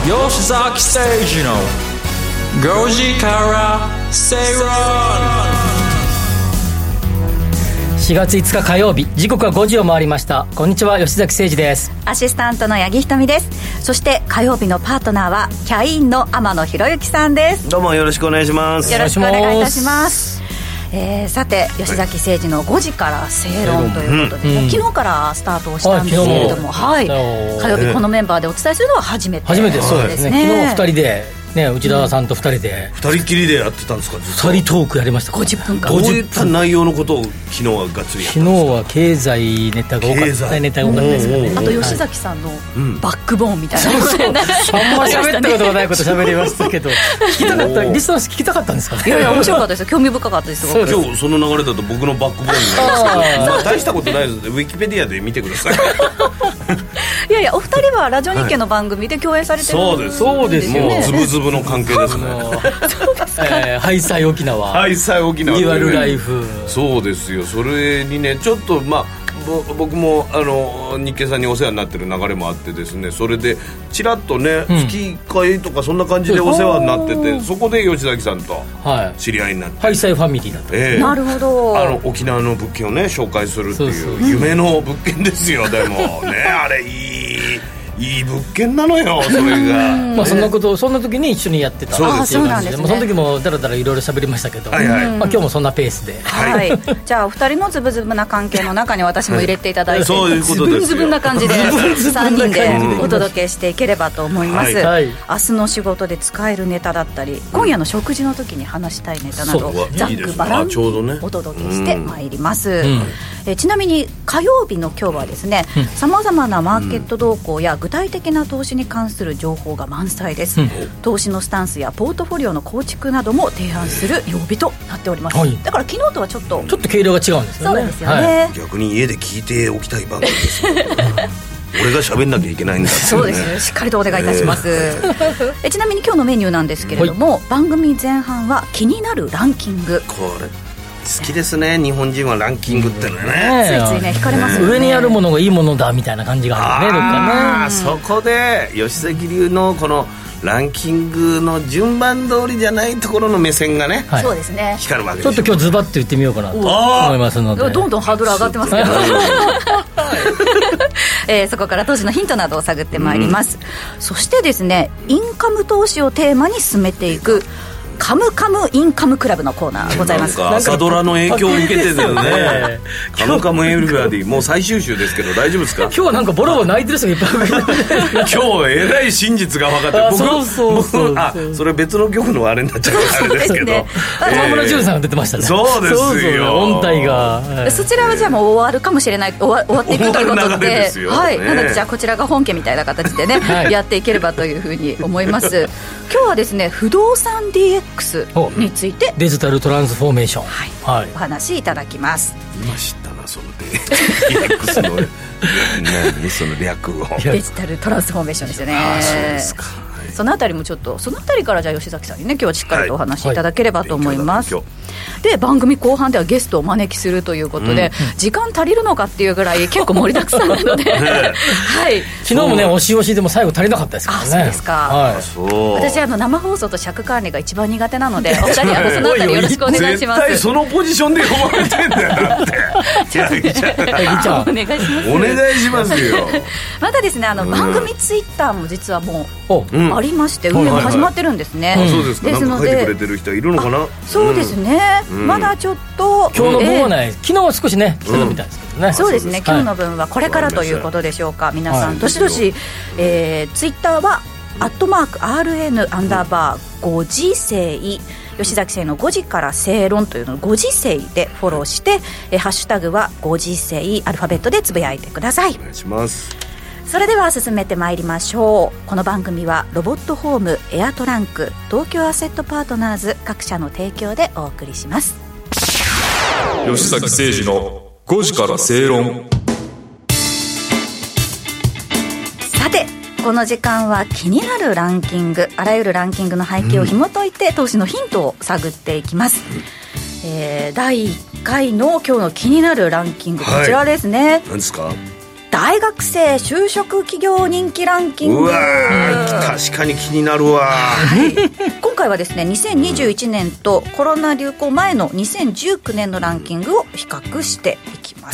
吉崎誠二の5時から正論。 4月5日火曜日、時刻は5時を回りました。こんにちは、吉崎誠二です。 アシスタントの八木ひとみです。そして火曜日のパートナーはキャインの天野博之さんです。 どうもよろしくお願いします。 よろしくお願いいたします。さて、吉崎誠二の5時から正論ということで、昨日からスタートをしたんですけれども、はい、火曜日このメンバーでお伝えするのは初めてですね。 そうですね。昨日2人でね、内田さんと2人で 2人きりでやってたんですか。 2人トークやりました。 50分間。 どういった内容のことを昨日はがっつりやったんですか。 昨日は経済ネタが多かったですかね。 あと吉崎さんのバックボーンみたいな、 あんまり喋ったことがないこと喋りましたけど、聞きたかった、リスナー聞きたかったんですかね。 いやいや、面白かったですよ。興味深かったです。 今日その流れだと僕のバックボーンになりますけど、まあ大したことないですのでウィキペディアで見てください。 いやいや、お二人はラジオ日経の番組で共演されてるんですよね。 そうです。もうズブズブの関係ですね。 そうですか。 ハイサイ沖縄、 ハイサイ沖縄、 デュアルライフ。そうですよ。それにね、ちょっとまあ僕も日経さんにお世話になってる流れもあってですね、それでちらっとね、月1回とかそんな感じでお世話になってて、そこで吉崎さんと知り合いになって、 ハイサイファミリーだったんです、 なるほど。 沖縄の物件をね紹介するっていう夢の物件ですよ。でもね、あれいい物件なのよ、それが。 まあそんなことそんな時に一緒にやってたっていう感じで、 そうなんですね。 その時もだらだらいろいろ喋りましたけど、まあ今日もそんなペースで、 はい。じゃあお二人のズブズブな関係の中に私も入れていただいて、 そういうことですよ。 ズブズブな感じで3人でお届けしていければと思います。明日の仕事で使えるネタだったり、今夜の食事の時に話したいネタなど、ざっくばらんお届けしてまいります。ちなみに火曜日の今日はですね、さまざまなマーケット動向や具体的な投資に関する情報が満載です。投資のスタンスやポートフォリオの構築なども提案する曜日となっております。だから昨日とはちょっと毛色が違うんですよね。 そうですよね。 逆に家で聞いておきたい番組ですよ。俺が喋んなきゃいけないんだって、ね、 そうですよ。しっかりとお願いいたします。ちなみに今日のメニューなんですけれども、番組前半は気になるランキング。 これ好きですね、日本人はランキングってのね、 ついついね惹かれますよね。 上にあるものがいいものだみたいな感じがあるね、どっかね。 そこで吉崎流のこのランキングの順番通りじゃないところの目線がね、 そうですね、 光るわけです。 ちょっと今日ズバッと言ってみようかなと思いますので、 どんどんハードル上がってますけど、そこから投資のヒントなどを探ってまいります。そしてですね、インカム投資をテーマに進めていくカムカムインカムクラブのコーナーございます。 なんか朝ドラの影響を受けてるよね。カムカムエブリバディ、もう最終週ですけど大丈夫ですか。 今日はなんかボロボロ泣いてる人がいっぱい今日えらい真実が分かって、僕それ別の曲のあれになっちゃうあれですけど、 沢村淳さんが出てましたね。 そうですよ、 音体が、 そちらはじゃあもう終わるかもしれない、終わっていくということで、はい、なのでじゃあこちらが本家みたいな形でね、やっていければというふうに思います。今日はですね、不動産 DX について、 デジタルトランスフォーメーション、 お話いただきます。 今知ったな、その DX のその略を。 デジタルトランスフォーメーションですよね。 そうですか。 そのあたりもちょっと、そのあたりからじゃあ吉崎さんにね、今日はしっかりとお話しいただければと思います。で、番組後半ではゲストをお招きするということで、時間足りるのかっていうぐらい結構盛りだくさんなので、はい、 昨日もね、押し押しでも最後足りなかったですからね。 そうですか。私生放送と尺管理が一番苦手なので、お二人そのあたりよろしくお願いします。 絶対そのポジションで呼ばれてんだよ、だってお願いします。 お願いしますよ。 またですね、番組ツイッターも実はもうありまして、運営も始まってるんですね。 そうですか。ですので、なんか書いてくれてる人いるのかな。 そうですね、まだちょっと今日の分はない、昨日は少しね来てたみたいですけどね。 そうですね、今日の分はこれからということでしょうか。皆さんどしどし、ツイッターは@RN_5時世、吉崎生の5時から正論というのを5時世でフォローして、ハッシュタグは5時世、アルファベットでつぶやいてください。 お願いします。 それでは進めてまいりましょう。この番組はロボットホームエアトランク、東京アセットパートナーズ各社の提供でお送りします。 吉崎誠二の5時から正論。 さて、この時間は気になるランキング、あらゆるランキングの背景を紐解いて、投資のヒントを探っていきます。第1回の今日の気になるランキング、こちらですね。 何ですか。 ダ大学生就職企業人気ランキング。 うわ確かに気になるわ、 今回はですね2021年とコロナ流行前の2019年のランキングを比較していきます、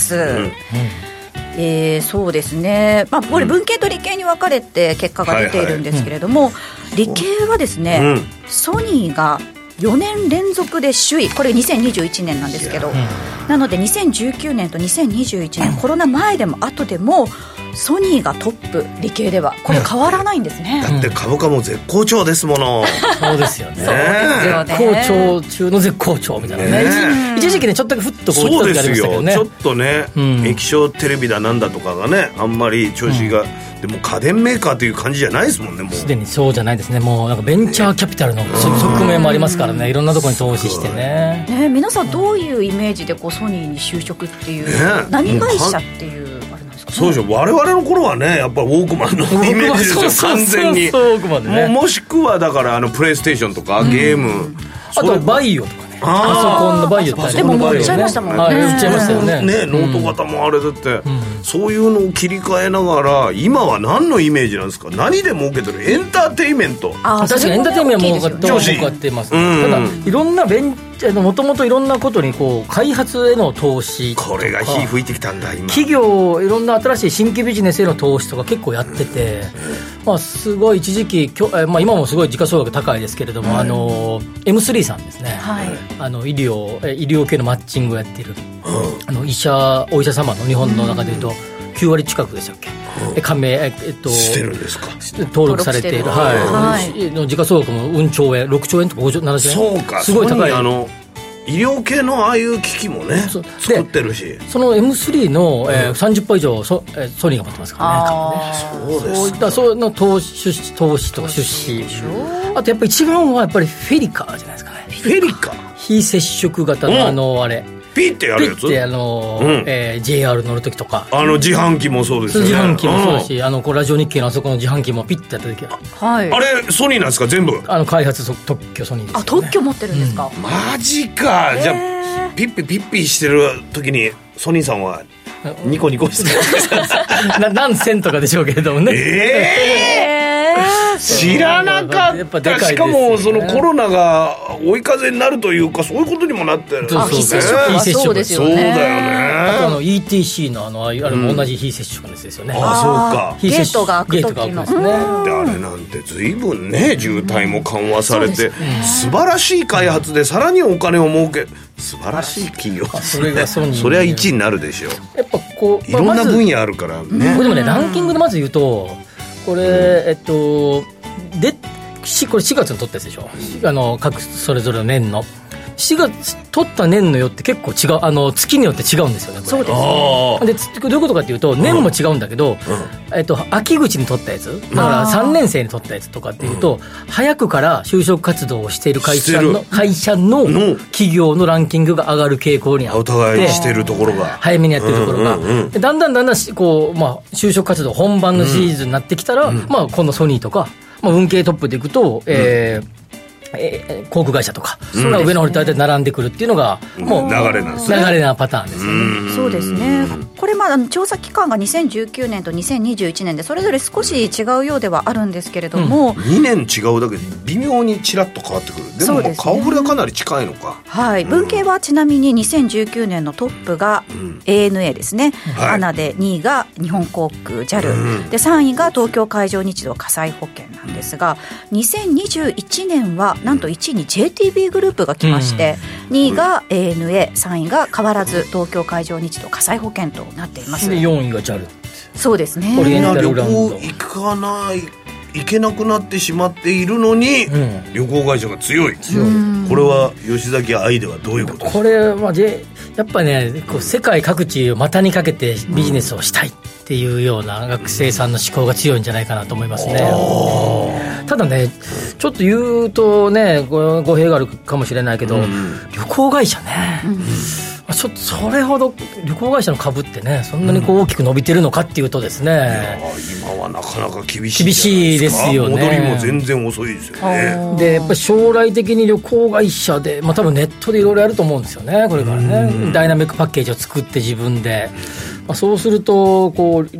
そうですね、これ文系と理系に分かれて結果が出ているんですけれども、理系はですね、ソニーが4年連続で首位、これ2021年なんですけど、なので2019年と2021年コロナ前でも後でもソニーがトップ、理系ではこれ変わらないんですね、 だって株価も絶好調ですものそうですよね絶好調中の絶好調みたいなね、一時期ねちょっとだけふっとこう言った時ありましたけどね。 そうですよ、ちょっとね、液晶テレビだなんだとかがねあんまり調子が、でも家電メーカーという感じじゃないですもんね。もうすでにそうじゃないですね。もうなんかベンチャーキャピタルの側面もありますからね、いろんなところに投資してね。 皆さんどういうイメージでこうソニーに就職っていう、何会社っていうあれなんですかね。 そうでしょ、我々の頃はねやっぱりウォークマンのイメージですよ完全に。もしくはだからプレイステーションとかゲーム、 あとバイオとかね、パソコンのバイオってでももう売っちゃいましたもんね。 売っちゃいましたよね。 ノート型もあれだって、そういうのを切り替えながら今は何のイメージなんですか。何で儲けてる？エンターテインメント。 確かにエンターテインメントも儲かってます、ただいろんなもともといろんなことにこう開発への投資、 これが火吹いてきたんだ今。 企業いろんな新しい新規ビジネスへの投資とか結構やってて、すごい一時期今もすごい時価総額高いですけれども、M3 さんですね、医療系のマッチングをやっている、お医者様の日本の中でいうと9割近くでしたっけ、加盟、 してるんですか、 登録されている、の時価総額も7兆円とか5兆7兆円、 そうか、 すごい高い。 医療系のああいう機器もね作ってるし、 その M3 の、30%以上ソニーが持ってますからね。 そうですか。 そうの投資とか出資、あとやっぱり一番はやっぱりフェリカじゃないですかね。 フェリカ、 非接触型のあれ、 ピッてやるやつ、 ピッてJR 乗るときとか、 自販機もそうですよね。 自販機もそうだし、こうラジオ日経のあそこの自販機もピッてやったときは、 はい、 あれソニーなんですか全部。 開発特許ソニーですよね。 特許持ってるんですか、 マジか。じゃあピッピしてる時にソニーさんはニコニコしてる何千とかでしょうけれどもね。 知らなかった。しかもそのコロナが追い風になるというか、そういうことにもなってる。 非接触はそうですよね。 そうだよね。 あとETC のあれも同じ非接触ですよね。 そうか。 ゲートが開く時のですね。であれなんて随分ね渋滞も緩和されて、素晴らしい開発でさらにお金を儲け、素晴らしい企業。 それがソニー。 それは1位になるでしょう。 やっぱこういろんな分野あるからね。 でもねランキングでまず言うと。これこれ4月に取ったやつでしょ、各それぞれの年の4月取った年のよって結構違う、月によって違うんですよね。 そうですでどういうことかっていうと、年も違うんだけど、秋口に取ったやつだから3年生に取ったやつとかっていうと、早くから就職活動をしている会社の企業のランキングが上がる傾向にあって、 お互いしてるところが早めにやってるところが、だんだんこう、就職活動本番のシーズンになってきたら、このソニーとか、運系トップでいくと、航空会社とか、それが上の方に大体並んでくるっていうのがもう流れなんですね。 流れなパターンですよね。 そうですね。これ調査期間が2019年と2021年でそれぞれ少し違うようではあるんですけれども、 2年違うだけで微妙にちらっと変わってくる。でも顔ぶれがかなり近いのか。 はい、文系はちなみに2019年のトップが ANA ですね、ANA で2位が日本航空 JAL、で3位が東京海上日動火災保険なんですが、2021年はなんと1位に JTB グループが来まして、2位が ANA、3位が変わらず東京海上日動火災保険となっています。 で4位が JAL。 そうですね。 みんな旅行行けなくなってしまっているのに、旅行会社が強い。これは吉崎愛ではどういうことですか。 これはやっぱね、こう世界各地を股にかけてビジネスをしたいっていうような学生さんの思考が強いんじゃないかなと思いますね。ただね、ちょっと言うとね、語弊があるかもしれないけど、旅行会社ね、ちょっとそれほど旅行会社の株ってね、そんなに大きく伸びてるのかっていうとですね、 今はなかなか厳しいですよね。 戻りも全然遅いですよね。 でやっぱり将来的に旅行会社で、多分ネットでいろいろやると思うんですよね、これからね。ダイナミックパッケージを作って自分でそうするとこう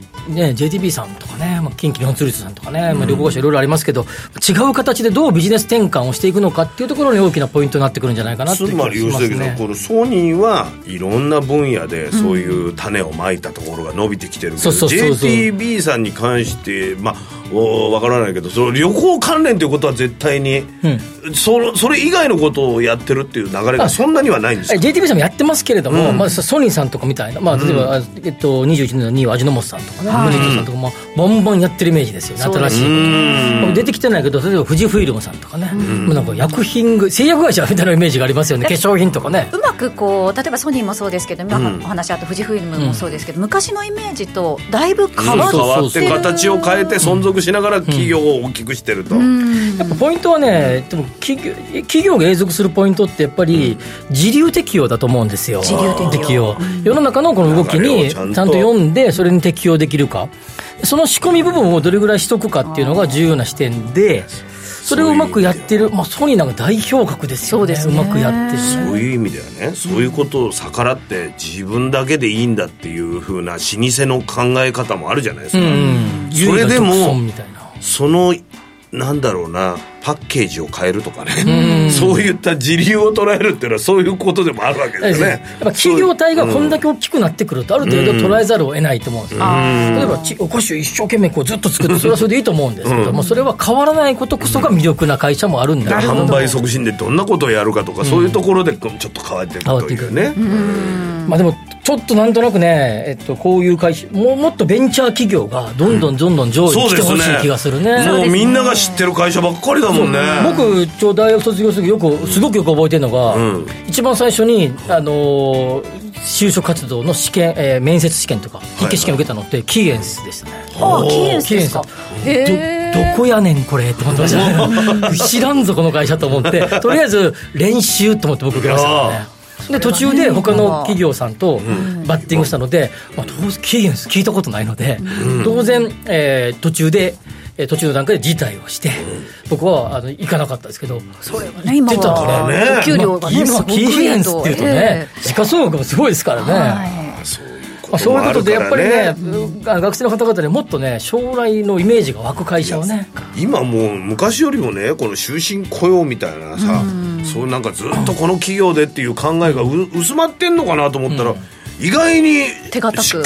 JTB さんとかね、近畿日本ツーリストさんとかね、旅行会社いろいろありますけど、違う形でどうビジネス転換をしていくのかっていうところに大きなポイントになってくるんじゃないかなっていう気がしますね。 つまりこのソニーはいろんな分野でそういう種をまいたところが伸びてきてるけど、JTB さんに関してわからないけど、その旅行関連ということは絶対に、それ以外のことをやってるっていう流れがそんなにはないんですか。 JTB さんもやってますけれども、ソニーさんとかみたいな、例えば、21年の2位は味の素さんとかね、富士通さんとかもバンバンやってるイメージですよね。新しいこと出てきてないけど、例えば富士フイルムさんとかね、なんか薬品製薬会社みたいなイメージがありますよね。化粧品とかね、 うまくこう例えばソニーもそうですけど、今お話あった富士フイルムもそうですけど、昔のイメージとだいぶ変わって形を変えて存続しながら企業を大きくしてると、 やっぱポイントはね、でも企業が永続するポイントってやっぱり自流適用だと思うんですよ。 自流適用、 世の中のこの動きにちゃんと読んでそれに適用できるか、その仕込み部分をどれぐらいしとくかっていうのが重要な視点で、それをうまくやってる、ソニーなんか大表格ですよね。うまくやってる。 そういう意味ではね、そういうことを逆らって自分だけでいいんだっていう風な老舗の考え方もあるじゃないですか。それでもそのなんだろうな、パッケージを変えるとかね、そういった自流を捉えるっていうのはそういうことでもあるわけですね。 やっぱ企業体がこんだけ大きくなってくると、ある程度捉えざるを得ないと思うんですよ。例えばお菓子を一生懸命こうずっと作って、それはそれでいいと思うんですけども、それは変わらないことこそが魅力な会社もあるんだけど、 販売促進でどんなことをやるかとか、そういうところでちょっと変わっていくというね。 でもちょっとなんとなくね、こういう会社もっとベンチャー企業がどんどん上位に来てほしい気がするね。 もうみんなが知ってる会社ばっかりだもんね。 僕大学卒業する時すごくよく覚えてるのが、一番最初に就職活動の試験、面接試験とか筆記試験を受けたのってキーエンスでしたね。 キーエンスですか。 どこやねんこれって思ってましたね。知らんぞこの会社と思って、とりあえず練習と思って僕受けましたからね。で途中で他の企業さんとバッティングしたので、キーエンス聞いたことないので、当然、途中の段階で辞退をして、僕は行かなかったですけど、 それはね、今はお給料がね、 今キーエンスっていうとね、時価総額もすごいですからね。そういうことでやっぱりね、学生の方々にもっとね、将来のイメージが湧く会社をね、 今もう昔よりもね、この終身雇用みたいなさ、そうなんかずっとこの企業でっていう考えが薄まってんのかなと思ったら、意外に手堅くそう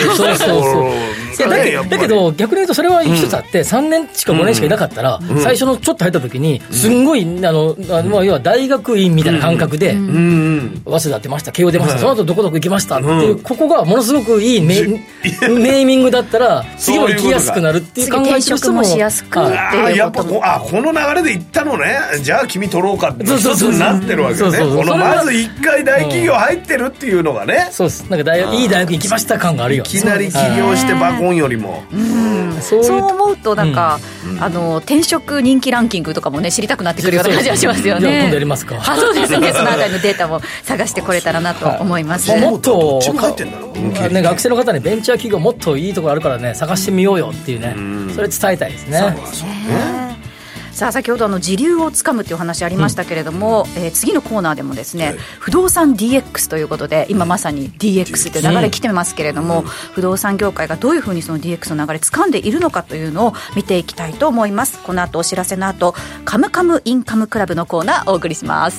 だけど逆に言うとそれは一つあって、3年しか5年しかいなかったら、最初のちょっと入った時にすんごい要は大学院みたいな感覚で、早稲田出ました、慶応出ました、その後どこどこ行きましたっていう、ここがものすごくいいネーミングだったら次も行きやすくなるっていう考え転職もしやすくっていうことも、 やっぱこの流れで行ったのね、じゃあ君取ろうかって一つになってるわけね。このまず一回大企業入ってるっていうのがね、 そうです。なんかいい大学行きました感があるよ。 いきなり起業してバコンよりも、 そう思うとなんか、転職人気ランキングとかもね、知りたくなってくるような感じがしますよね。 今度やりますか。 そうですね。そのあたりのデータも探してこれたらなと思います。 もっと学生の方にベンチャー企業もっといいところあるからね、探してみようよっていうね、それ伝えたいですね。 さあ、先ほど時流をつかむというお話ありましたけれども、次のコーナーでもですね、不動産 DX ということで、今まさに DX という流れ来てますけれども、不動産業界がどういうふうにその DX の流れ掴んでいるのかというのを見ていきたいと思います。この後お知らせの後、カムカムインカムクラブのコーナーお送りします。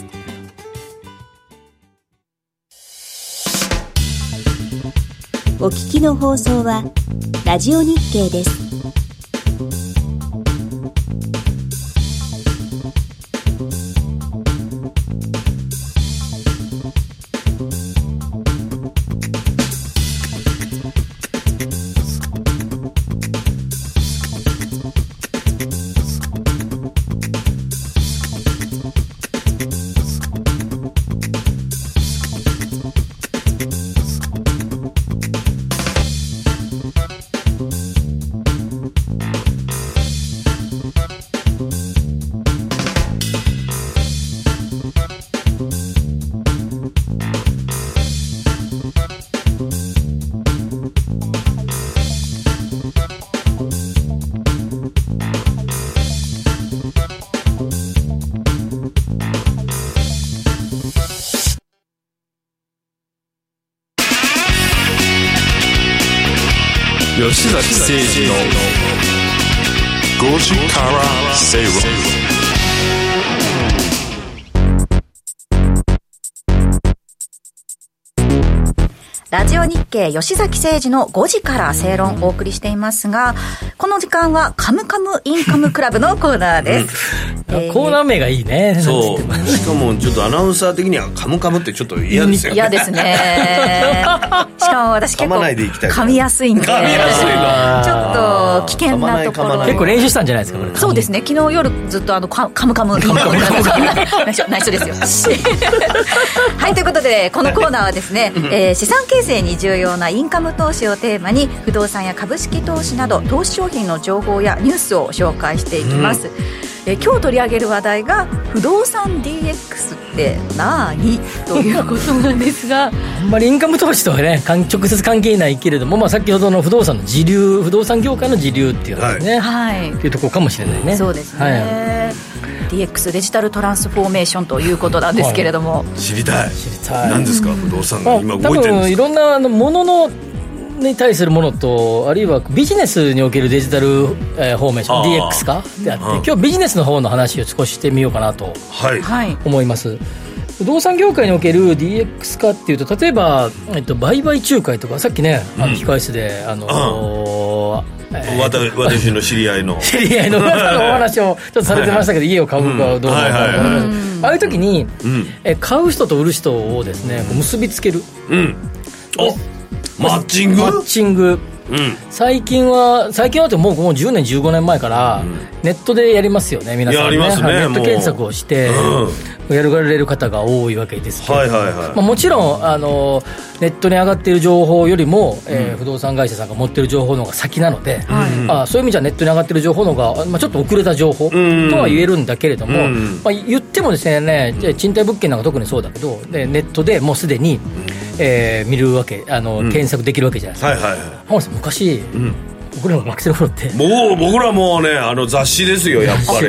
お聞きの放送はラジオ日経です。 吉崎誠二の5時から正論。 ラジオ日経吉崎誠二の5時から正論をお送りしていますが、この時間はカムカムインカムクラブのコーナーです。 コーナー名がいいね。 そう。しかもちょっとアナウンサー的にはカムカムってちょっと嫌ですよね。 嫌ですね。しかも私結構噛みやすいんで、ちょっと危険なところ。 結構練習したんじゃないですか、これ。 そうですね。昨日夜ずっとカムカムインカムクラブ内緒ですよ。はい、ということでこのコーナーはですね、資産形成に重要なインカム投資をテーマに不動産や株式投資など投資商品の情報やニュースを紹介していきます。今日取り上げる話題が不動産 DX って何ということなんですがあんまりインカム投資とはね直接関係ないけれども、先ほどの不動産の時流、不動産業界の時流っていうのですね、っていうところかもしれないね。 そうですね、DX デジタルトランスフォーメーションということなんですけれども、 知りたい何ですか、不動産が今動いてるんですか。 多分いろんなもののに対するものと、あるいはビジネスにおけるデジタル、フォーメーション DX 化であって、今日ビジネスの方の話を少ししてみようかなと思います。不動産業界における DX 化っていうと、例えば、売買仲介とか、さっきね控室で私の知り合いのお話をちょっとされてましたけど、家を買うかどうか、ああいう時に、買う人と売る人をですね結びつける、 マッチング、最近はってもう10年15年前からネットでやりますよね、皆さんね。ネット検索をしてやられる方が多いわけですけど、もちろんネットに上がっている情報よりも、不動産会社さんが持っている情報の方が先なので、そういう意味じゃネットに上がっている情報の方が、ちょっと遅れた情報とは言えるんだけれども、言ってもですね、賃貸物件なんか特にそうだけど、ネットでもうすでに見るわけ、検索できるわけじゃないですか。浜田さん、昔、僕らの学生の頃って僕らもうね雑誌ですよ、やっぱり。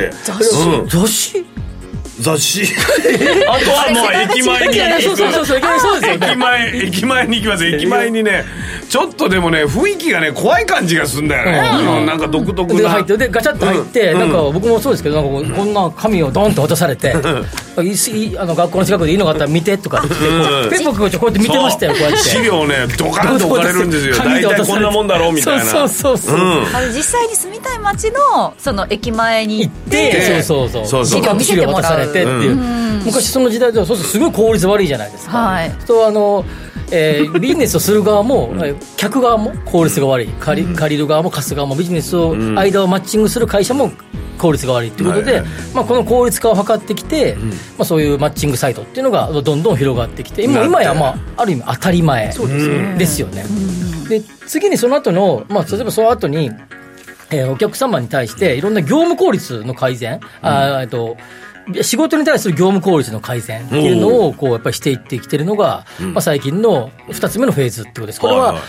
雑誌あとはもう駅前に行く。駅前に行きます。駅前にね、ちょっとでもね雰囲気がね怖い感じがするんだよね。なんか独特なで入って、でガチャッと入って、なんか僕もそうですけど、なんかこんな紙をドンと渡されて、学校の近くでいいのがあったら見てとかって言って、僕こうやって見てましたよ。こうやって資料ねドカンと置かれるんですよ。大体こんなもんだろうみたいな。 そう実際に住みたい街のその駅前に行って資料見せてもらうっていう、昔その時代ではそうすごい効率悪いじゃないですか。ビジネスをする側も客側も効率が悪い、借りる側も貸す側も、ビジネスを間をマッチングする会社も効率が悪いということで、この効率化を図ってきて、そういうマッチングサイトっていうのがどんどん広がってきて、今やある意味当たり前ですよね。で次にその後の、例えばその後に、お客様に対していろんな業務効率の改善、仕事に対する業務効率の改善っていうのをやっぱりしていってきてるのが、最近の2つ目のフェーズってことです。これは、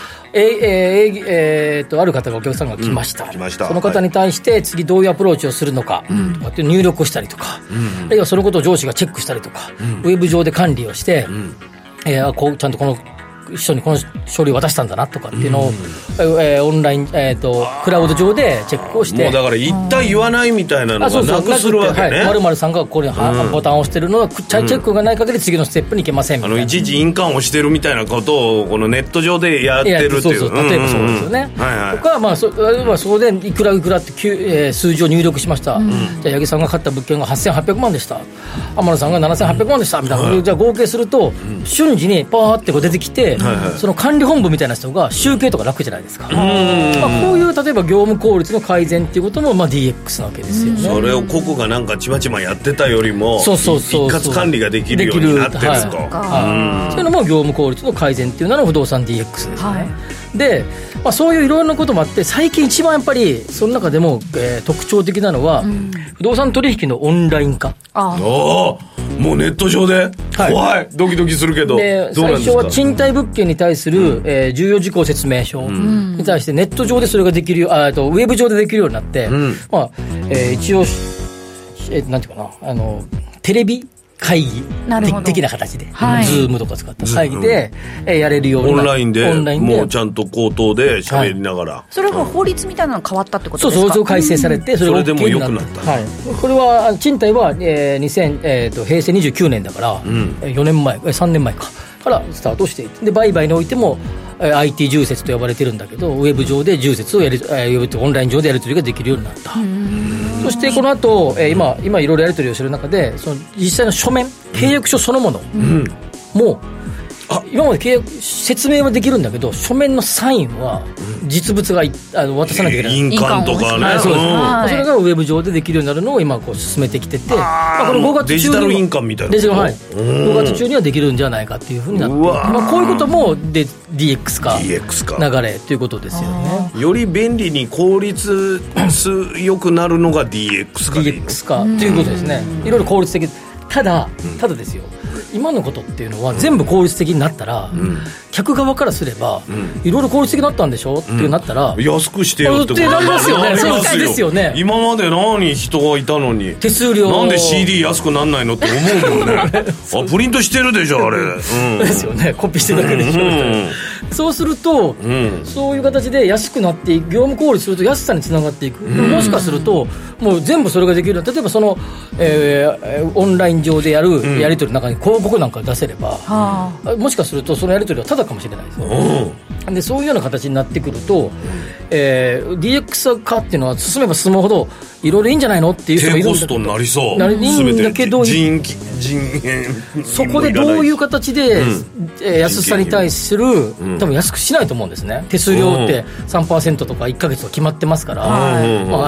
ある方がお客さんが来ました、その方に対して次どういうアプローチをするのかとかって入力をしたりとか、あるいはそのことを上司がチェックしたりとか、ウェブ上で管理をして、ちゃんとこの人にこの書類を渡したんだなとかっていうのを、オンライン、クラウド上でチェックをして、 もうだから言った言わないみたいなのがなくするわけね。 〇〇さんがここにボタンを押してるのはチェックがない限り次のステップに行けませんみたいな、 いちいち印鑑をしてるみたいなことをこのネット上でやってるっていう、 例えばそうですよね、とか、そこでいくらって数字を入力しました、じゃあ八木さんが買った物件が8800万でした、天野さんが7800万でしたみたいな、じゃあ合計すると瞬時にパーって出てきて、その管理本部みたいな人が集計とか楽じゃないですか。こういう例えば業務効率の改善っていうこともDX なわけですよね。 それを個々がなんかちまちまやってたよりも一括管理ができるようになってると、そういうのも業務効率の改善っていうのが不動産 DX ですね。で、そういういろんなこともあって、最近一番やっぱりその中でも、特徴的なのは、不動産取引のオンライン化。 もうネット上で、怖い、ドキドキするけど、 最初は賃貸物件に対する、重要事項説明書に対してネット上でそれができるウェブ上でできるようになって、一応なんていうかな、テレビ会議的な形で、 はい、 ズームとか使った会議で、やれるようにオンラインでもうちゃんと口頭で喋りながら、はい、 それは法律みたいなのが変わったってことですか？ そう改正されて、 それでも良くなった、 はい、これは賃貸は、平成29年だから、4年前3年前からスタートしていて、で売買においてもIT 重説と呼ばれてるんだけど、ウェブ上で重説をオンライン上でやり取りができるようになった。そしてこの後、今いろいろやり取りをする中で、その実際の書面契約書そのものも、今まで契約説明はできるんだけど、書面のサインは実物が渡さなきゃいけない、 印鑑とかね、 そうです、それがウェブ上でできるようになるのを今こう進めてきてて、この5月中にデジタル印鑑みたいな、 はい、5月中にはできるんじゃないかっていうふうになって、こういうこともDX 化流れということですよね。 より便利に効率良くなるのが DX 化でいいの？ DX 化ということですね。いろいろ効率的、ただですよ、今のことっていうのは全部効率的になったら、客側からすれば、いろいろ効率的になったんでしょってなったら、 安くしてよってことになりますよね。そうですよね。 今まで何人がいたのに手数料なんで CD 安くなんないのって思うもんねプリントしてるでしょあれ、 ですよね、コピーしてるだけでしょ、そうすると、そういう形で安くなっていく、業務効率すると安さにつながっていく、もしかするともう全部それができる。例えばその、オンライン上でやるやり取りの中に広告なんか出せれば、もしかするとそのやり取りはただかもしれないですよ。でそういうような形になってくると、DX 化っていうのは進めば進むほどいろいろいいんじゃないのっていう人もいるんだけど、 低コストになりそう、 いいんだけど、 人そこでどういう形で、安さに対する、多分安くしないと思うんですね。手数料って 3% とか1ヶ月と決まってますから、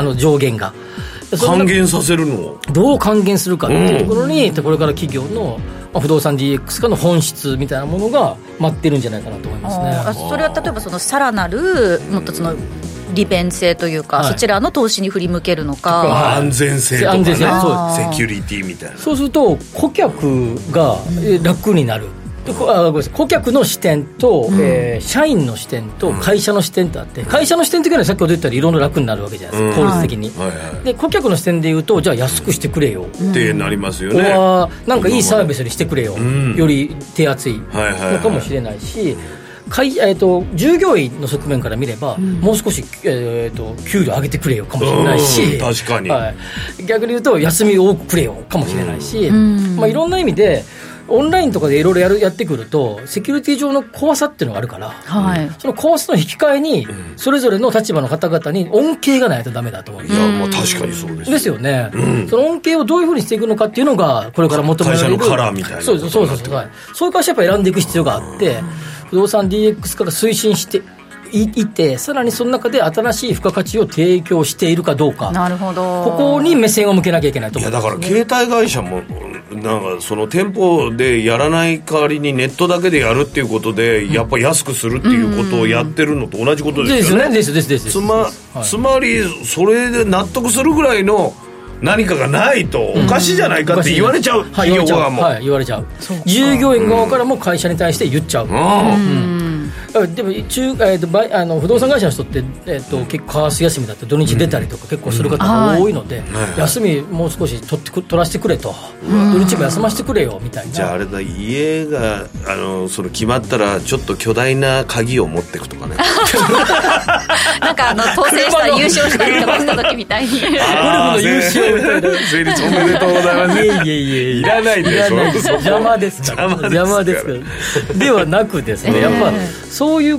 上限が還元させるのどう還元するかっていうところに、これから企業の不動産 DX 化の本質みたいなものが待ってるんじゃないかなと思いますね。 それは例えばそのさらなるもっとその利便性というか、そちらの投資に振り向けるのか、 安全性とか、ね、セキュリティみたいな。 そうすると顧客が楽になる。ごめんなさい、顧客の視点と、社員の視点と会社の視点とあって、会社の視点的にはさっきほど言ったようにいろいろ楽になるわけじゃないですか、効率的に、で顧客の視点で言うと、じゃあ安くしてくれよってなりますよね。 なんかいいサービスにしてくれよ、より手厚いのかもしれないし、従業員の側面から見れば、もう少し、給料上げてくれよかもしれないし、 確かに、 逆に言うと休み多くくれよかもしれないし、いろんな意味でオンラインとかでいろいろやってくると、セキュリティ上の怖さっていうのがあるから、その怖さの引き換えに、それぞれの立場の方々に恩恵がないとダメだと思うんです。 いや、確かにそうです。 ですよね、その恩恵をどういうふうにしていくのかっていうのが、これから求められる会社のカラーみたいな、 そういう会社やっぱ選んでいく必要があって、不動産 DX 化が推進していて、さらにその中で新しい付加価値を提供しているかどうか、 なるほど、 ここに目線を向けなきゃいけないと思います、 ね。いや、だから携帯会社もなんかその店舗でやらない代わりにネットだけでやるっていうことで、やっぱ安くするっていうことをやってるのと同じことですよね。つまりそれで納得するぐらいの何かがないとおかしいじゃないかって言われちゃう、企業側も、 言われちゃう、従業員側からも会社に対して言っちゃう、でも不動産会社の人って、結構為替休みだって土日出たりとか結構する方が多いので、休みもう少し取らせてくれと、土日も休ませてくれよみたいな。 じゃああれだ、家がその決まったらちょっと巨大な鍵を持っていくとかねなんか当選したら優勝したりとかした時みたいにゴルフの優勝みたいな成立おめでとうございますいらないでしょ、 邪魔ですからではなくですね、やっぱそういう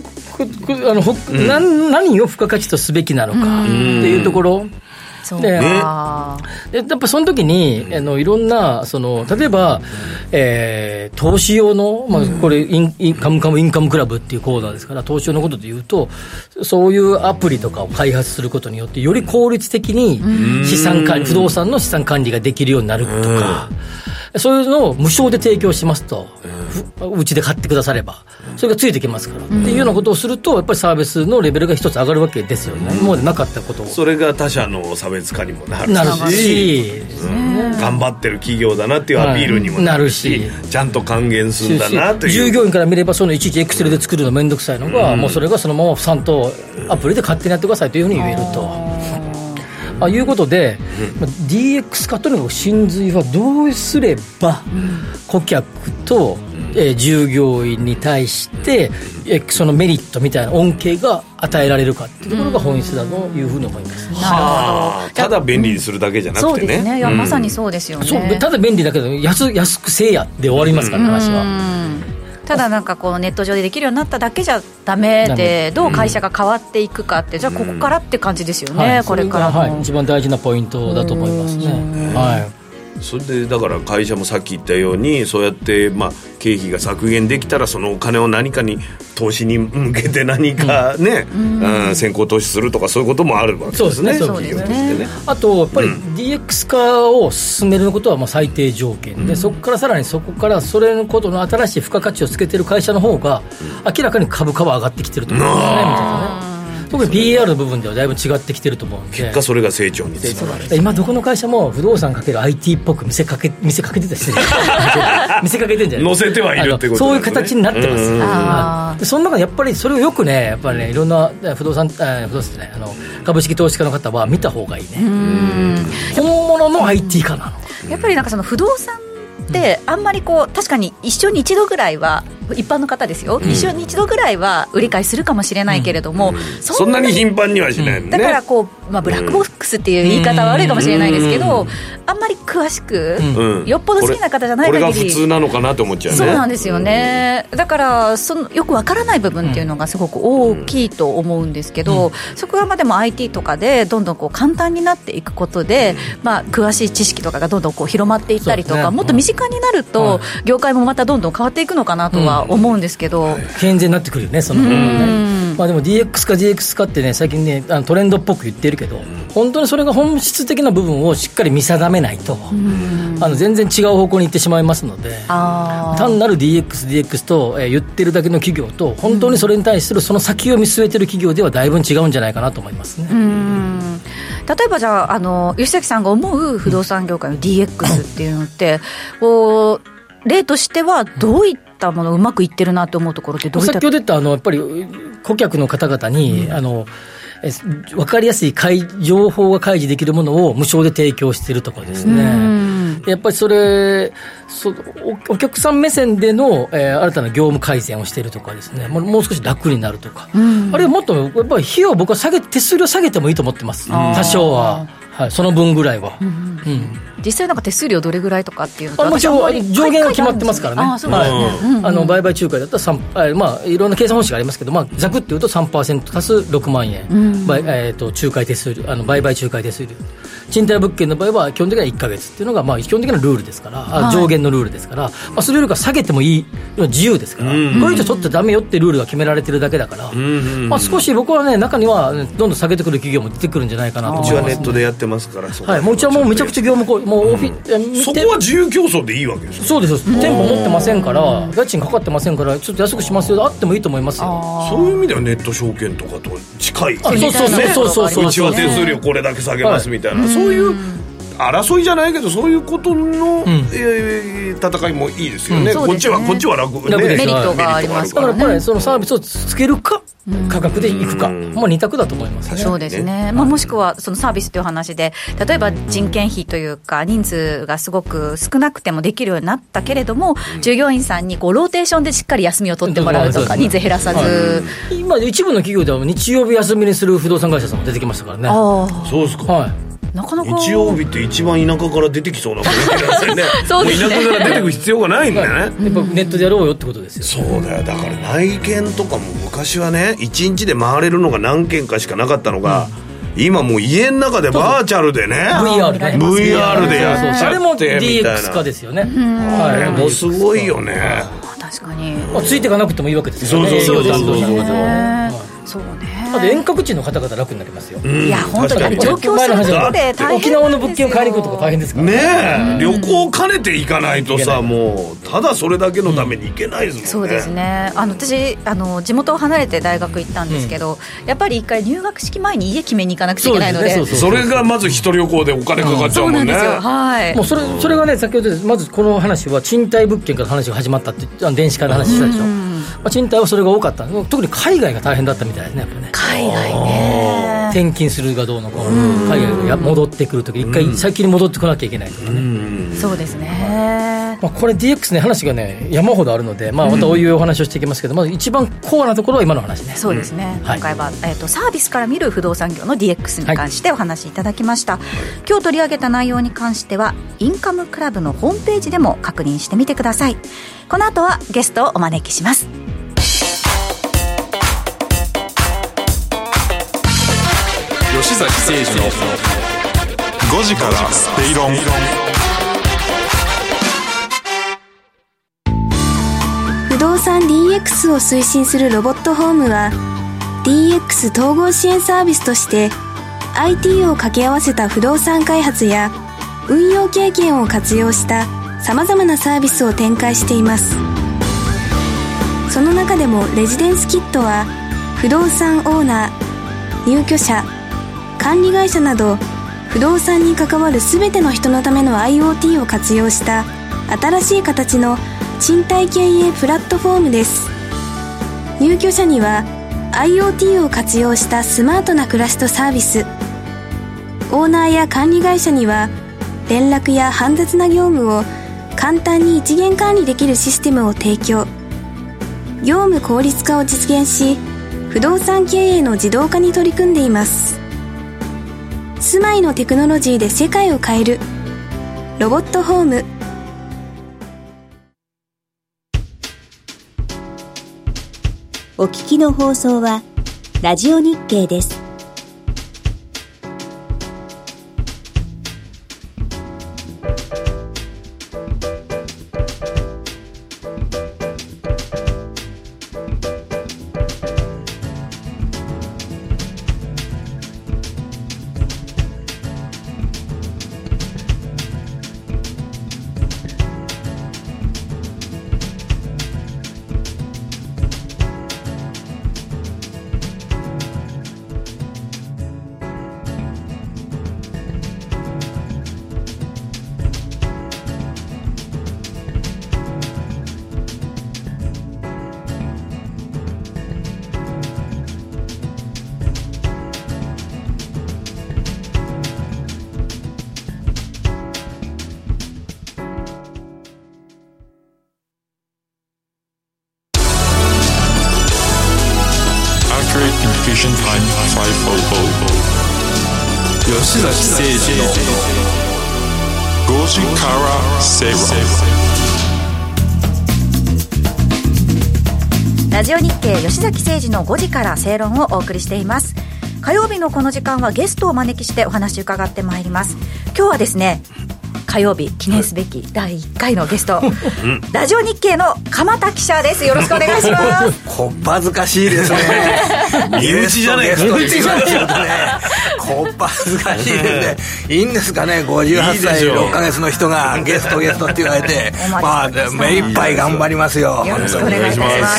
何を付加価値とすべきなのかっていうところで、やっぱその時にいろんな例えば、投資用の、これインカムクラブっていうコーナーですから、投資用のことでいうと、そういうアプリとかを開発することによってより効率的に資産管理、不動産の資産管理ができるようになるとか、そういうのを無償で提供しますと、うちで買ってくださればそれがついてきますから、っていうようなことをすると、やっぱりサービスのレベルが一つ上がるわけですよね。今までなかったことを、 それが他社の差別化にもなるし、頑張ってる企業だなっていうアピールにもなるし、ちゃんと還元するんだなという、 従業員から見ればそのいちいちエクセルで作るのめんどくさいのが、もうそれがそのままちゃんとアプリで勝手にやってくださいというふうに言えると。 いうことで、DX 化とにかく真髄はどうすれば顧客と従業員に対してそのメリットみたいな恩恵が与えられるかっていうところが本質だというふうに思います。 ただ便利にするだけじゃなくてね。 そうですね。いや、まさにそうですよね。 そうただ便利だけど安くせえやで終わりますから、話は。 ただなんかこうネット上でできるようになっただけじゃダメで、どう会社が変わっていくかって、じゃあここからって感じですよね、これからも。 一番大事なポイントだと思いますね。 それでだから会社もさっき言ったようにそうやって経費が削減できたらそのお金を何かに投資に向けて何かね、先行投資するとかそういうこともあるわけですね。 そうですね。あとやっぱり DX 化を進めることは最低条件で、そこからさらにそこからそれのことの新しい付加価値をつけている会社の方が明らかに株価は上がってきてると思うんですね、みたいなね。特に PER の部分ではだいぶ違ってきてると思うんで、 結果それが成長につながる。 今どこの会社も不動産かける IT っぽく見せかけてたりして見せかけてんじゃない載せてはいるってことですね。 そういう形になってます。でその中でやっぱりそれをよくね、やっぱりね、いろんな不動産ってね、株式投資家の方は見た方がいいね。本物の IT 化なの。 やっぱりなんかその不動産であんまりこう確かに一生に一度ぐらいは一般の方ですよ、一生に一度ぐらいは売り買いするかもしれないけれども、 そんなに頻繁にはしないのね。 だからこう、ブラックボックスっていう言い方は悪いかもしれないですけど、あんまり詳しく、よっぽど好きな方じゃない限りこれが普通なのかなと思っちゃうね。 そうなんですよね。だからよくわからない部分っていうのがすごく大きいと思うんですけど、そこがでも IT とかでどんどんこう簡単になっていくことで、詳しい知識とかがどんどんこう広まっていったりとか、もっと身近になると、業界もまたどんどん変わっていくのかなとは思うんですけど、 健全になってくるよね、その辺はね。でも DX 化 DX 化ってね、最近ねトレンドっぽく言ってるけど、本当にそれが本質的な部分をしっかり見定めないと、全然違う方向に行ってしまいますので、単なる DX と、言ってるだけの企業と、本当にそれに対するその先を見据えてる企業ではだいぶ違うんじゃないかなと思いますね。 例えばじゃあ吉崎さんが思う不動産業界の DX っていうのって例としてはどういったものうまくいってるなと思うところってどういった？ 先ほど言ったやっぱり顧客の方々に、分かりやすい情報が開示できるものを無償で提供しているところですね。やっぱりお客さん目線での、新たな業務改善をしているとかですね、もう少し楽になるとか、あるいはもっとやっぱり費用を僕は手数料下げてもいいと思ってます、多少は。その分ぐらいは、 実際なんか手数料どれぐらいとかっていうのもちろん上限は決まってますからね。売買仲介だったらいろんな計算方式がありますけど、ざくっていうと 3% 足す6万円、仲介手数料売買仲介手数料、賃貸物件の場合は基本的には1ヶ月っていうのが基本的なルールですから、上限のルールですから、それよりか下げてもいい自由ですから、これ以上取ってダメよってルールが決められてるだけだから、少し僕はね、中にはどんどん下げてくる企業も出てくるんじゃないかなと思います。 うちはネットでやってますから、 もううちはもうめちゃくちゃ業務そこは自由競争でいいわけですよ。 そうです。店舗持ってませんから、家賃かかってませんから、ちょっと安くしますよ、あってもいいと思いますよ。 そういう意味ではネット証券とかと近い。 そううちは手数料これだけ下げますみたいな、そういう争いじゃないけど、そういうことの、戦いもいいですよね。こっちは楽ね、 メリットがありますからね。 だからやっぱりそのサービスをつけるか価格でいくか、2択だと思いますね。 そうですね。もしくはそのサービスという話で、例えば人件費というか人数がすごく少なくてもできるようになったけれども、従業員さんにローテーションでしっかり休みを取ってもらうとか、人数減らさず、 今一部の企業では日曜日休みにする不動産会社さんも出てきましたからね。 そうですか。 なかなか日曜日って一番田舎から出てきそうな雰囲気なんですよね。 そうですね。 田舎から出てく必要がないんだよね。 やっぱネットでやろうよってことですよ。 そうだよ。だから内見とかも昔はね、1日で回れるのが何件かしかなかったのが、今もう家の中でバーチャルでね、 VR でやっちゃってみたいな。 DX 化ですよね。 もうすごいよね。 確かに。 ついていかなくてもいいわけですよね。 そうね。 遠隔地の方々楽になりますよ。 いや本当に上京することで大変。 沖縄の物件を買いに行くとか大変ですからね。旅行兼ねて行かないとさ、もうただそれだけのために行けないですもんね。 そうですね。私地元を離れて大学行ったんですけど、やっぱり一回入学式前に家決めに行かなくちゃいけないので、 それがまず一人旅行でお金かかっちゃうもんね。 そうなんですよ。はい。 もうそれがね、先ほどまずこの話は賃貸物件から話が始まったって電子化の話したでしょ。賃貸はそれが多かった。特に海外が大変だったみたいですね、やっぱね。 海外ね。 転勤するがどうのこうの、海外が戻ってくるとき一回先に戻ってこなきゃいけないとかね、 そうですね、 これ DX ね話がね山ほどあるので、またおいおいお話をしていきますけど、まず一番コアなところは今の話ね。 そうですね、今回は、サービスから見る不動産業の DX に関してお話しいただきました、今日取り上げた内容に関してはインカムクラブのホームページでも確認してみてください。この後はゲストをお招きします。 吉崎誠二の5時からスペイロン。 不動産 DX を推進するロボットホームは DX 統合支援サービスとして IT を掛け合わせた不動産開発や運用経験を活用したさまざまなサービスを展開しています。その中でもレジデンスキットは不動産オーナー、入居者、管理会社など不動産に関わる全ての人のための IoT を活用した新しい形の賃貸経営プラットフォームです。入居者には IoT を活用したスマートな暮らしとサービス、オーナーや管理会社には連絡や煩雑な業務を簡単に一元管理できるシステムを提供、業務効率化を実現し不動産経営の自動化に取り組んでいます。住まいのテクノロジーで世界を変えるロボットホーム。 お聞きの放送はラジオ日経です。 吉崎誠二の5時から正論。 ラジオ日経吉崎誠二の5時から正論をお送りしています。火曜日のこの時間はゲストをお招きしてお話を伺ってまいります。今日はですね、火曜日記念すべき第1回のゲスト、ラジオ日経の鎌田記者です。よろしくお願いします。 こっぱずかしいですね。 身内じゃないか。 こっぱずかしいですね。いいんですかね、58歳6ヶ月の人がゲストって言われて目いっぱい頑張りますよ。 よろしくお願いいたします。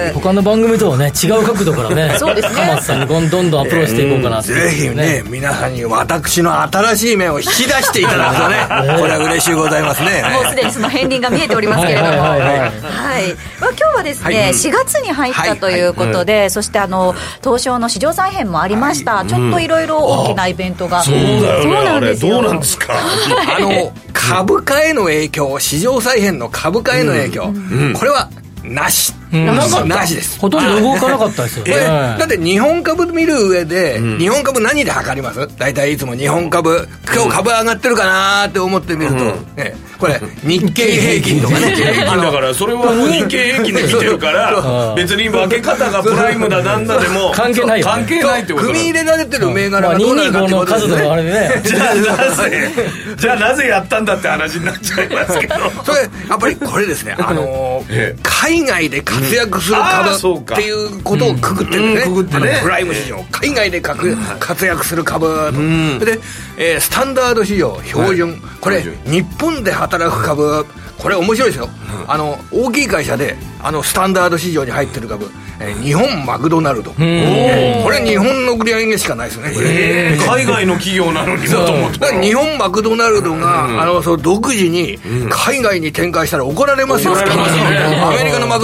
他の番組とはね違う角度からねそうですね、鎌田さんにどんどんアプローチしていこうかなと、 ぜひね皆さんに私の新しい面を引き出していただくとねこれは嬉しいございますね。 もうすでにその片鱗が見えておりますけれども、今日はですね、4月に入ったということで、そして東証の市場再編もありました。ちょっといろいろ大きなイベントが、 そうだよね。 そうなんですよ。 どうなんですか。 株価への影響、市場再編の株価への影響、これはなしです。 ほとんど動かなかったですよね。 だって日本株見る上で、日本株何で測ります？大体いつも日本株、今日株上がってるかなって思ってみると、これ日経平均とかねだからそれは日経平均で見てるから別に分け方がプライムだなんだでも関係ないよ、 関係ないってことだ。 組み入れられてる銘柄がどうなるかってことですね。 225の数のあれでねじゃあなぜやったんだって話になっちゃいますけどそれやっぱりこれですね、海外で活躍する株っていうことをくくってるんですね。プライム市場、海外で活躍する株で、スタンダード市場標準、これ日本で働く株、これ面白いですよ。大きい会社でスタンダード市場に入ってる株、日本マクドナルド、これ日本の売り上げしかないですね。 海外の企業なのにもともと日本マクドナルドがその独自に海外に展開したら怒られますよ。アメリカのマクドナルド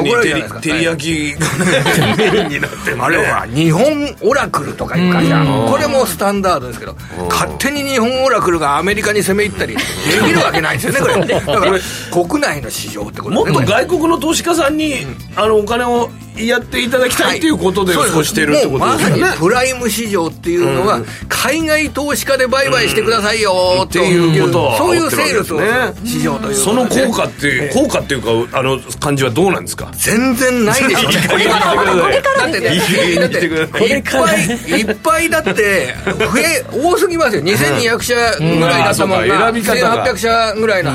怒られるじゃないですか。 照り焼きがメインになってる、 あれは日本オラクルとかいう会社、これもスタンダードですけど、勝手に日本オラクルがアメリカに攻め入ったりできるわけないんですよね、これ。だから国内の市場ってことですね。 もっと外国の投資家さんに、お金をやっていただきたいということでそうしてるってことですよね。 まさにプライム市場っていうのは、海外投資家で売買してくださいよっていうこと、そういうセールスを市場というその効果っていうか感じはどうなんですか？ 全然ないでしょうね。これからだってね、いっぱいだって多すぎますよ。2200社ぐらいだったもんが1800社ぐらいの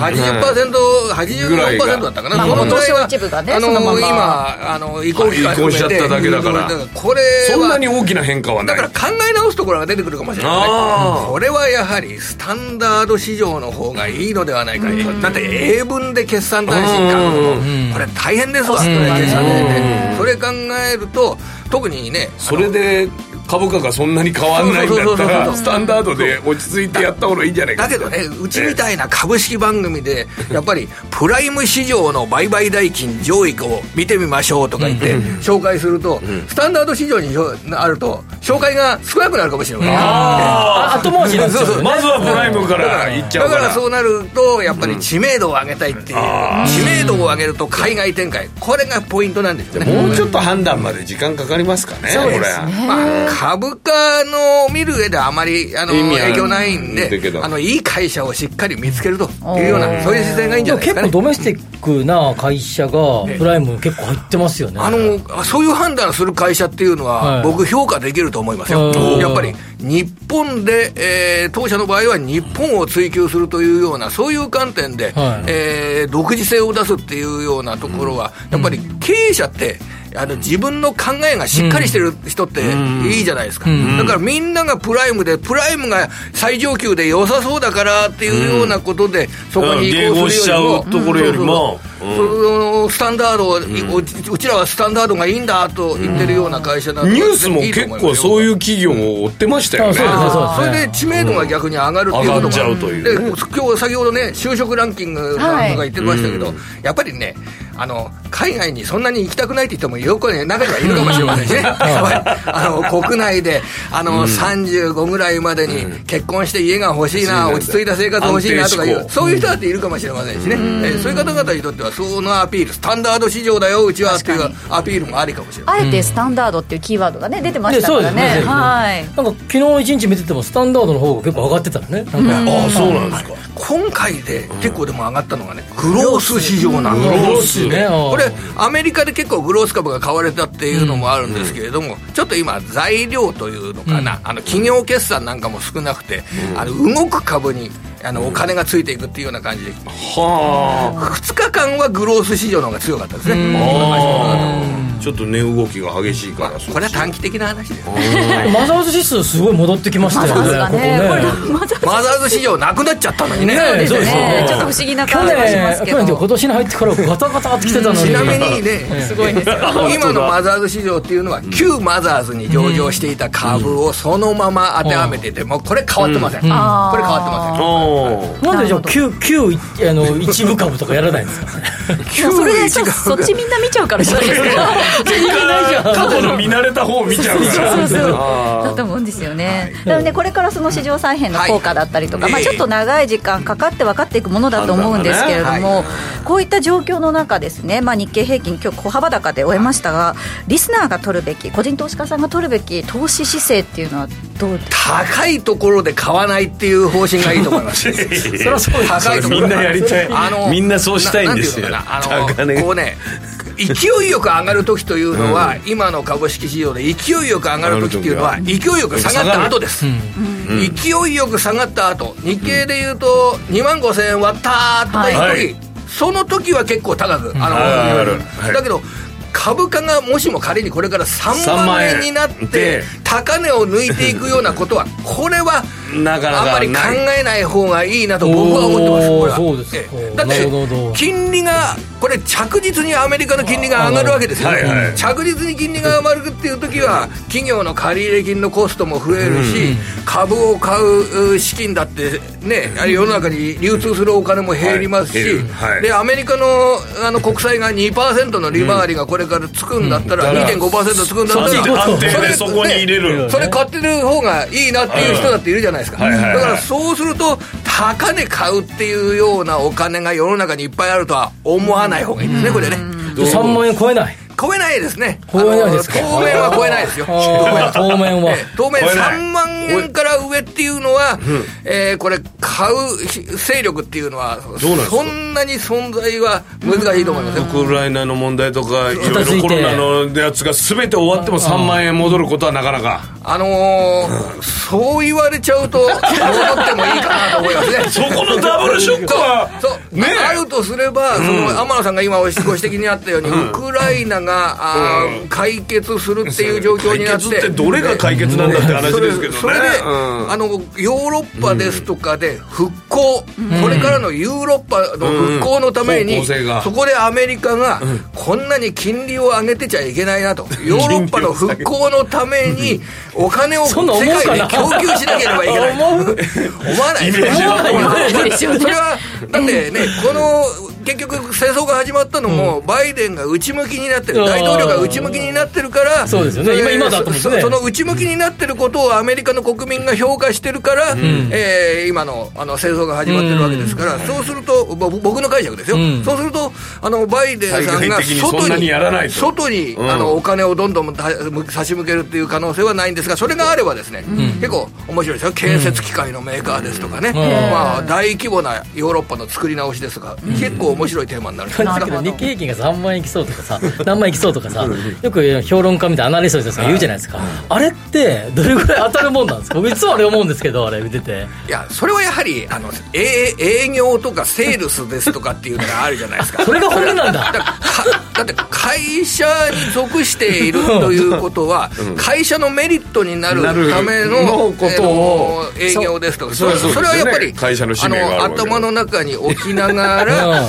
84% だったかな。 その東証一部がね、 今移行しちゃっただけだから、 これはそんなに大きな変化はない。 だから考え直すところが出てくるかもしれないね。これはやはりスタンダード市場の方がいいのではないか。だって英文で決算単身これ大変ですわ、決算で。それ考えると特にね、 それで株価がそんなに変わんないんだったらスタンダードで落ち着いてやった方がいいんじゃないか。 だけどね、うちみたいな株式番組でやっぱりプライム市場の売買代金上位を見てみましょうとか言って紹介すると、スタンダード市場にあると紹介が少なくなるかもしれない。 後回しなんですよ。 まずはプライムからいっちゃうから。 だからそうなるとやっぱり知名度を上げたいっていう、知名度を上げると海外展開、これがポイントなんですよね。 もうちょっと判断まで時間かかりますかね。 そうですね。 株価の見る上であまり影響ないんで、いい会社をしっかり見つけるというような、そういう姿勢がいいんじゃないですかね。 結構ドメスティックな会社がプライム結構入ってますよね。 そういう判断する会社っていうのは、僕評価できると思いますよ。やっぱり日本で、当社の場合は日本を追求するというような、そういう観点で、独自性を出すっていうようなところは、やっぱり経営者って自分の考えがしっかりしてる人っていいじゃないですか。だからみんながプライムで、プライムが最上級で良さそうだからっていうようなことで、そこに移行するよりも、スタンダードを、うちらはスタンダードがいいんだと言ってるような会社だと、 ニュースも結構そういう企業を追ってましたよね。 それで知名度が逆に上がるっていうことも、で今日先ほどね、就職ランキングとか言ってましたけど、やっぱりね、海外にそんなに行きたくないって人もよくね、中にはいるかもしれませんしね。国内で35ぐらいまでに結婚して家が欲しいな、落ち着いた生活欲しいなとかいう、そういう人だっているかもしれませんしね。そういう方々にとってはそのアピール、スタンダード市場だようちはっていうアピールもありかもしれない。 あえてスタンダードっていうキーワードがね出てましたからね。はい。 なんか昨日一日見ててもスタンダードの方が結構上がってたのね。 そうなんですか。 今回で結構でも上がったのがね、グロース市場なんです。これアメリカで結構グロース株が買われたっていうのもあるんですけれども、ちょっと今材料というのかな、企業決算なんかも少なくて、動く株にお金がついていくっていうような感じで、2日間はグロース市場の方が強かったですね。 ちょっと値動きが激しいから、 これは短期的な話です。 マザーズ指数すごい戻ってきましたよね。 マザーズ市場なくなっちゃったのにね。 そうですね。ちょっと不思議な感じがしますけど。 今年に入ってからガタガタってきてたのに。 ちなみにね、すごいですよ。今のマザーズ市場っていうのは旧マザーズに上場していた株をそのまま当てはめていて、もうこれ変わってません。これ変わってません。 なんでじゃあ旧一部株とかやらないんですか。 それでそっちみんな見ちゃうからじゃないですか。 過去の見慣れた方を見ちゃうからだと思うんですよね。なのでこれからその市場再編の効果だったりとか、ちょっと長い時間かかって分かっていくものだと思うんですけれども、こういった状況の中ですね、日経平均今日小幅高で終えましたが、リスナーが取るべき、個人投資家さんが取るべき投資姿勢っていうのはどうですか。 高いところで買わないっていう方針がいいと思います。それはそうです。 高いところ、 みんなやりたい、みんなそうしたいんですよ。 こうね、勢いよく上がる時というのは、今の株式市場で勢いよく上がる時っていうのは勢いよく下がった後です。勢いよく下がった後、日経でいうと25,000円割ったとかいう時、その時は結構高くだけど、株価がもしも仮にこれから3万円になって高値を抜いていくようなことは、これはなかなかあんまり考えない方がいいなと僕は思ってます。これはそうです。だって金利がこれ着実にアメリカの金利が上がるわけですよね、はいはい、着実に金利が上がるっていう時は企業の借入金のコストも増えるし、株を買う資金だってね、世の中に流通するお金も減りますし、はいはい、でアメリカの国債が 2% の利回りがこれからつくんだったら、2.5% つくんだったらそこに入れる、 それ買ってる方がいいなっていう人だっているじゃないですか、だからそうすると高値買うっていうようなお金が世の中にいっぱいあるとは思わない方がいいですね、これね。 3万円超えない？ 超えないですね。 超えないですか？ 当面は超えないですよ。 当面は当面3万円から上っていうのは、これ買う勢力っていうのはそんなに存在は難しいと思いますよ。 ウクライナの問題とかいろいろコロナのやつが全て終わっても3万円戻ることはなかなかそう言われちゃうと戻ってもいいかなと思いますね。 そこのダブルショックはね、あるとすれば、天野さんが今ご指摘にあったように、ウクライナが解決するっていう状況になって、 解決ってどれが解決なんだって話ですけどね。 それで、ヨーロッパですとかで復興、これからのユーロッパの復興のために、そこでアメリカがこんなに金利を上げてちゃいけないなと、ヨーロッパの復興のためにお金を世界に供給しなければいけないと思わないですよ。それはだってね、この結局戦争が始まったのも、バイデンが内向きになってる、大統領が内向きになってるから、 そうですよね、今だと思うね。 その内向きになってることをアメリカの国民が評価してるから、今の戦争が始まってるわけですから、そうすると僕の解釈ですよ、そうするとバイデンさんが外にお金をどんどん差し向けるっていう可能性はないんですが、それがあればですね、結構面白いですよ。建設機械のメーカーですとかね、大規模なヨーロッパの作り直しですとか、結構面白いテーマになるんですだけど日経平均が3万円いきそうとかさ何万円いきそうとかさ、よく評論家みたいなアナリストとか言うじゃないですか、あれってどれぐらい当たるもんなんですか？僕いつもあれ思うんですけど、あれ見てて、 いやそれはやはり営業とかセールスですとかっていうのがあるじゃないですか。 それが本音なんだ。 だって会社に属しているということは、会社のメリットになるためのことを営業ですとか、それはやっぱり会社の使命があるわけで、 頭の中に置きながら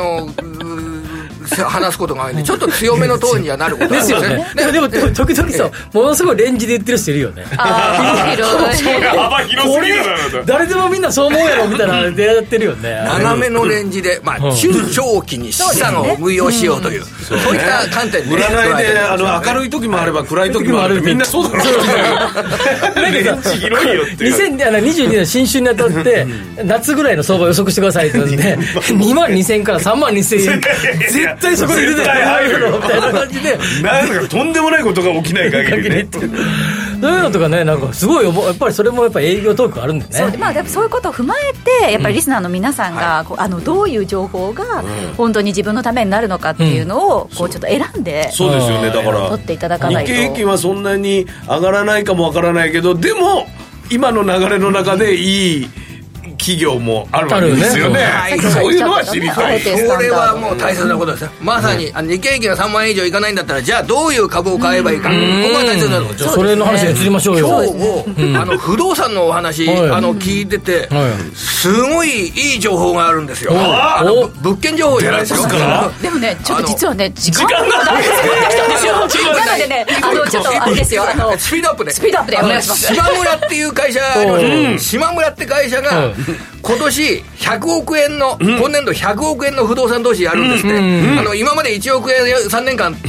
話すことがあるんで、ちょっと強めのトーンにはなることですよね。 でも時々さ、ものすごいレンジで言ってる人いるよね。 幅広すぎるだろうと。 誰でもみんなそう思うやろみたいなでやってるよね。 斜めのレンジで、中長期に資産を運用しようという、そういった観点で、 占いで明るい時もあれば暗い時もある、みんなそうだろう。レンジ広いよっていう。 2022年新春にあたって夏ぐらいの相場予測してくださいって言って2万2000から3万2000円絶対そこに入れて入るのみたいな感じで、 なんかとんでもないことが起きない限りね。 そういうのとかね、なんかすごいやっぱりそれもやっぱり営業トークあるんでね。 そういうことを踏まえてやっぱりリスナーの皆さんが、どういう情報が本当に自分のためになるのかっていうのをこうちょっと選んで、 そうですよね。だから取っていただかないと。 日経平均はそんなに上がらないかもわからないけど、でも今の流れの中でいい企業もあるわけですよね。そういうのは知りたい。 それはもう大切なことですよ。まさに日経平均が3万円以上いかないんだったら、じゃあどういう株を買えばいいか、ここが大切なことです。 それの話に移りましょうよ。 今日不動産のお話聞いてて、すごいいい情報があるんですよ。物件情報じゃないですよ。 でもね、ちょっと実はね、時間がだいぶ迫ってきたんですよ。なのでね、ちょっとあれですよ、 スピードアップでお願いします。 島村っていう会社、島村って会社が今年100億円の、今年度100億円の不動産投資やるんですって。今まで1億円3年間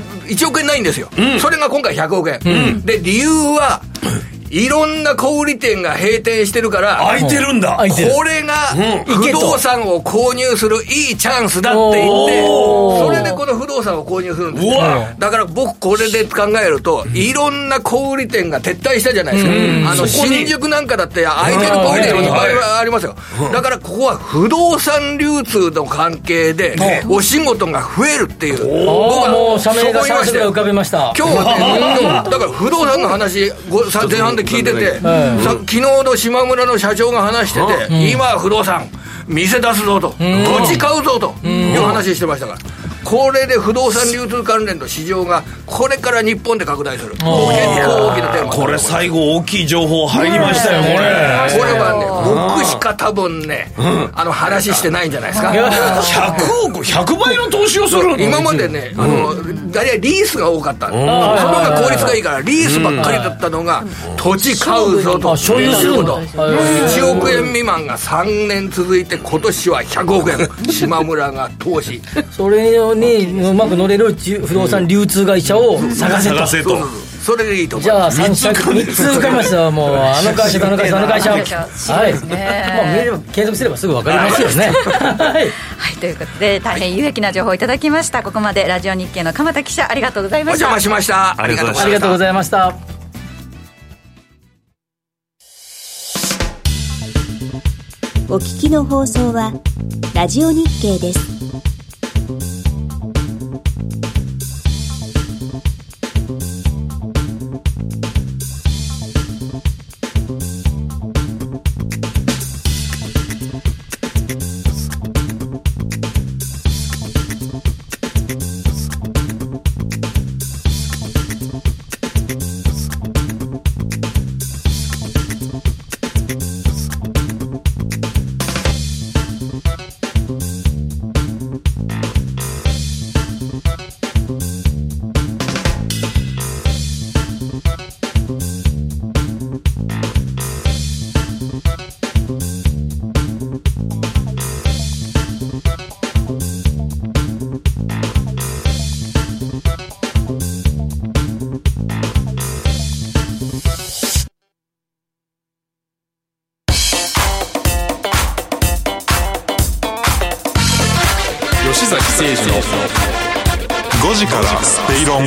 1億円ないんですよ。それが今回100億円。で理由はいろんな小売店が閉店してるから空いてるんだ。 これが不動産を購入するいいチャンスだって言って、それでこの不動産を購入するんですよ。だから僕これで考えると、いろんな小売店が撤退したじゃないですか。新宿なんかだって空いてる小売店いっぱいありますよ。だからここは不動産流通の関係でお仕事が増えるっていう、 僕はもう社名が3社が浮かびました。 今日はね、だから不動産の話前半で聞いてて、昨日の島村の社長が話してて、今は不動産店出すぞと、土地買うぞという話してましたから、ここれで不動産流通関連の市場がこれから日本で拡大する、結構大きなテーマ。 これ最後大きい情報入りましたよ、これはね、僕しか多分ね、話してないんじゃないですか。 100億100倍の投資をする。 今までね、大体リースが多かった。その方が効率がいいからリースばっかりだったのが、土地買うぞと所有するんだ。 1億円未満が3年続いて、今年は100億円島村が投資それにうまく乗れる不動産流通会社を探せと。 それでいいと思う。じゃあ3つ浮かびました。もうあの会社とあの会社、あの会社。はい。検索すればすぐ分かりますよね。 はい。ということで大変有益な情報をいただきました。ここまでラジオ日経の鎌田記者、ありがとうございました。 お邪魔しました。 ありがとうございました。 お聞きの放送はラジオ日経です。 吉崎誠二の5時から正論。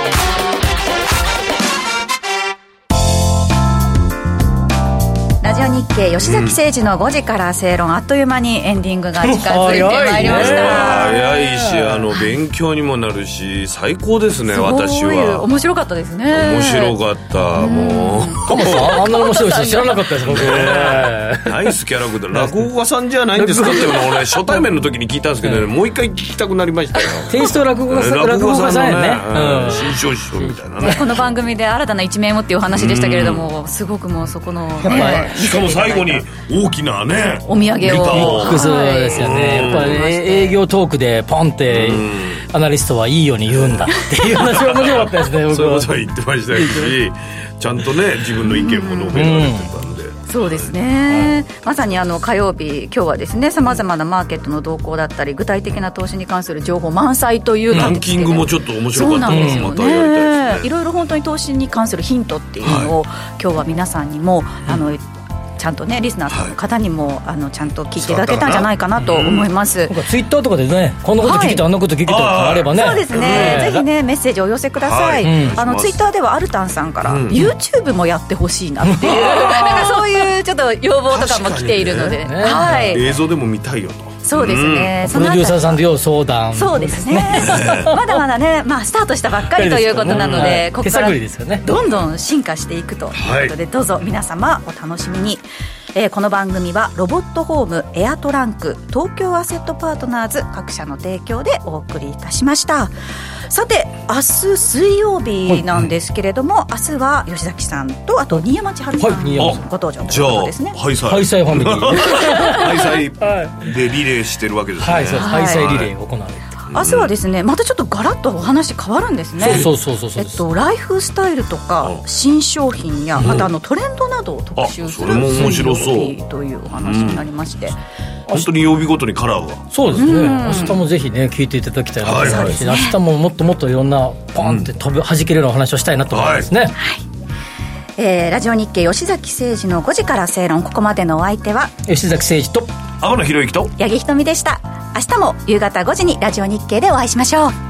ラジオ日経吉崎誠二の5時から正論、あっという間にエンディングが近づいてまいりました。 早いし、勉強にもなるし最高ですね。私は面白かったですね。 面白かった。もうカモさんあんな面白い人知らなかったです僕。 ナイスキャラクター。落語家さんじゃないんですかっていうのを俺初対面の時に聞いたんですけどね、もう一回聞きたくなりましたよ。 テイスト落語家さんやね。 新庄師匠みたいなね。 この番組で新たな一面をっていうお話でしたけれども、すごくもうそこのしかも最後に大きなねお土産を。 そうですよね。やっぱり営業トークでポンってアナリストはいいように言うんだっていう話は面白かったですね。 そういうことは言ってましたし、ちゃんとね自分の意見も述べられてたんで。 そうですね、まさに火曜日、今日はですね、さまざまなマーケットの動向だったり具体的な投資に関する情報満載というランキングもちょっと面白かったので、またやりたいですね。 いろいろ本当に投資に関するヒントっていうのを、今日は皆さんにもちゃんとねリスナーの方にもちゃんと聞いていただけたんじゃないかなと思います。 ツイッターとかでね、こんなこと聞きたい、あんなこと聞きたいとかあればね、 そうですね、ぜひねメッセージをお寄せください。ツイッターではアルタンさんから、YouTube もやってほしいなっていうなんかそういうちょっと要望とかも来ているので、 映像でも見たいよと。 そうですね、 プロデューサーさんと要相談。 そうですねまだまだね、スタートしたばっかりということなので、ここからどんどん進化していくということで、どうぞ皆様お楽しみに。この番組はロボットホームエアトランク、東京アセットパートナーズ各社の提供でお送りいたしました。さて明日水曜日なんですけれども、明日は吉崎さんとあと新山千春さんご登場ということですね。 ハイサイファミリーハイサイでリレーしてるわけですね。 ハイサイリレーが行われる。 明日はですね、またちょっとガラッとお話変わるんですね。ライフスタイルとか新商品や、またトレンドなどを特集する水曜日というお話になりまして、 本当に曜日ごとにカラーが。 そうですね、明日もぜひね聞いていただきたいなと思いますし、明日ももっともっといろんなポンって弾けるようなお話をしたいなと思いますね。 ラジオ日経吉崎誠二の5時から正論、ここまでのお相手は吉崎誠二と天野博之と八木ひとみでした。明日も夕方5時にラジオ日経でお会いしましょう。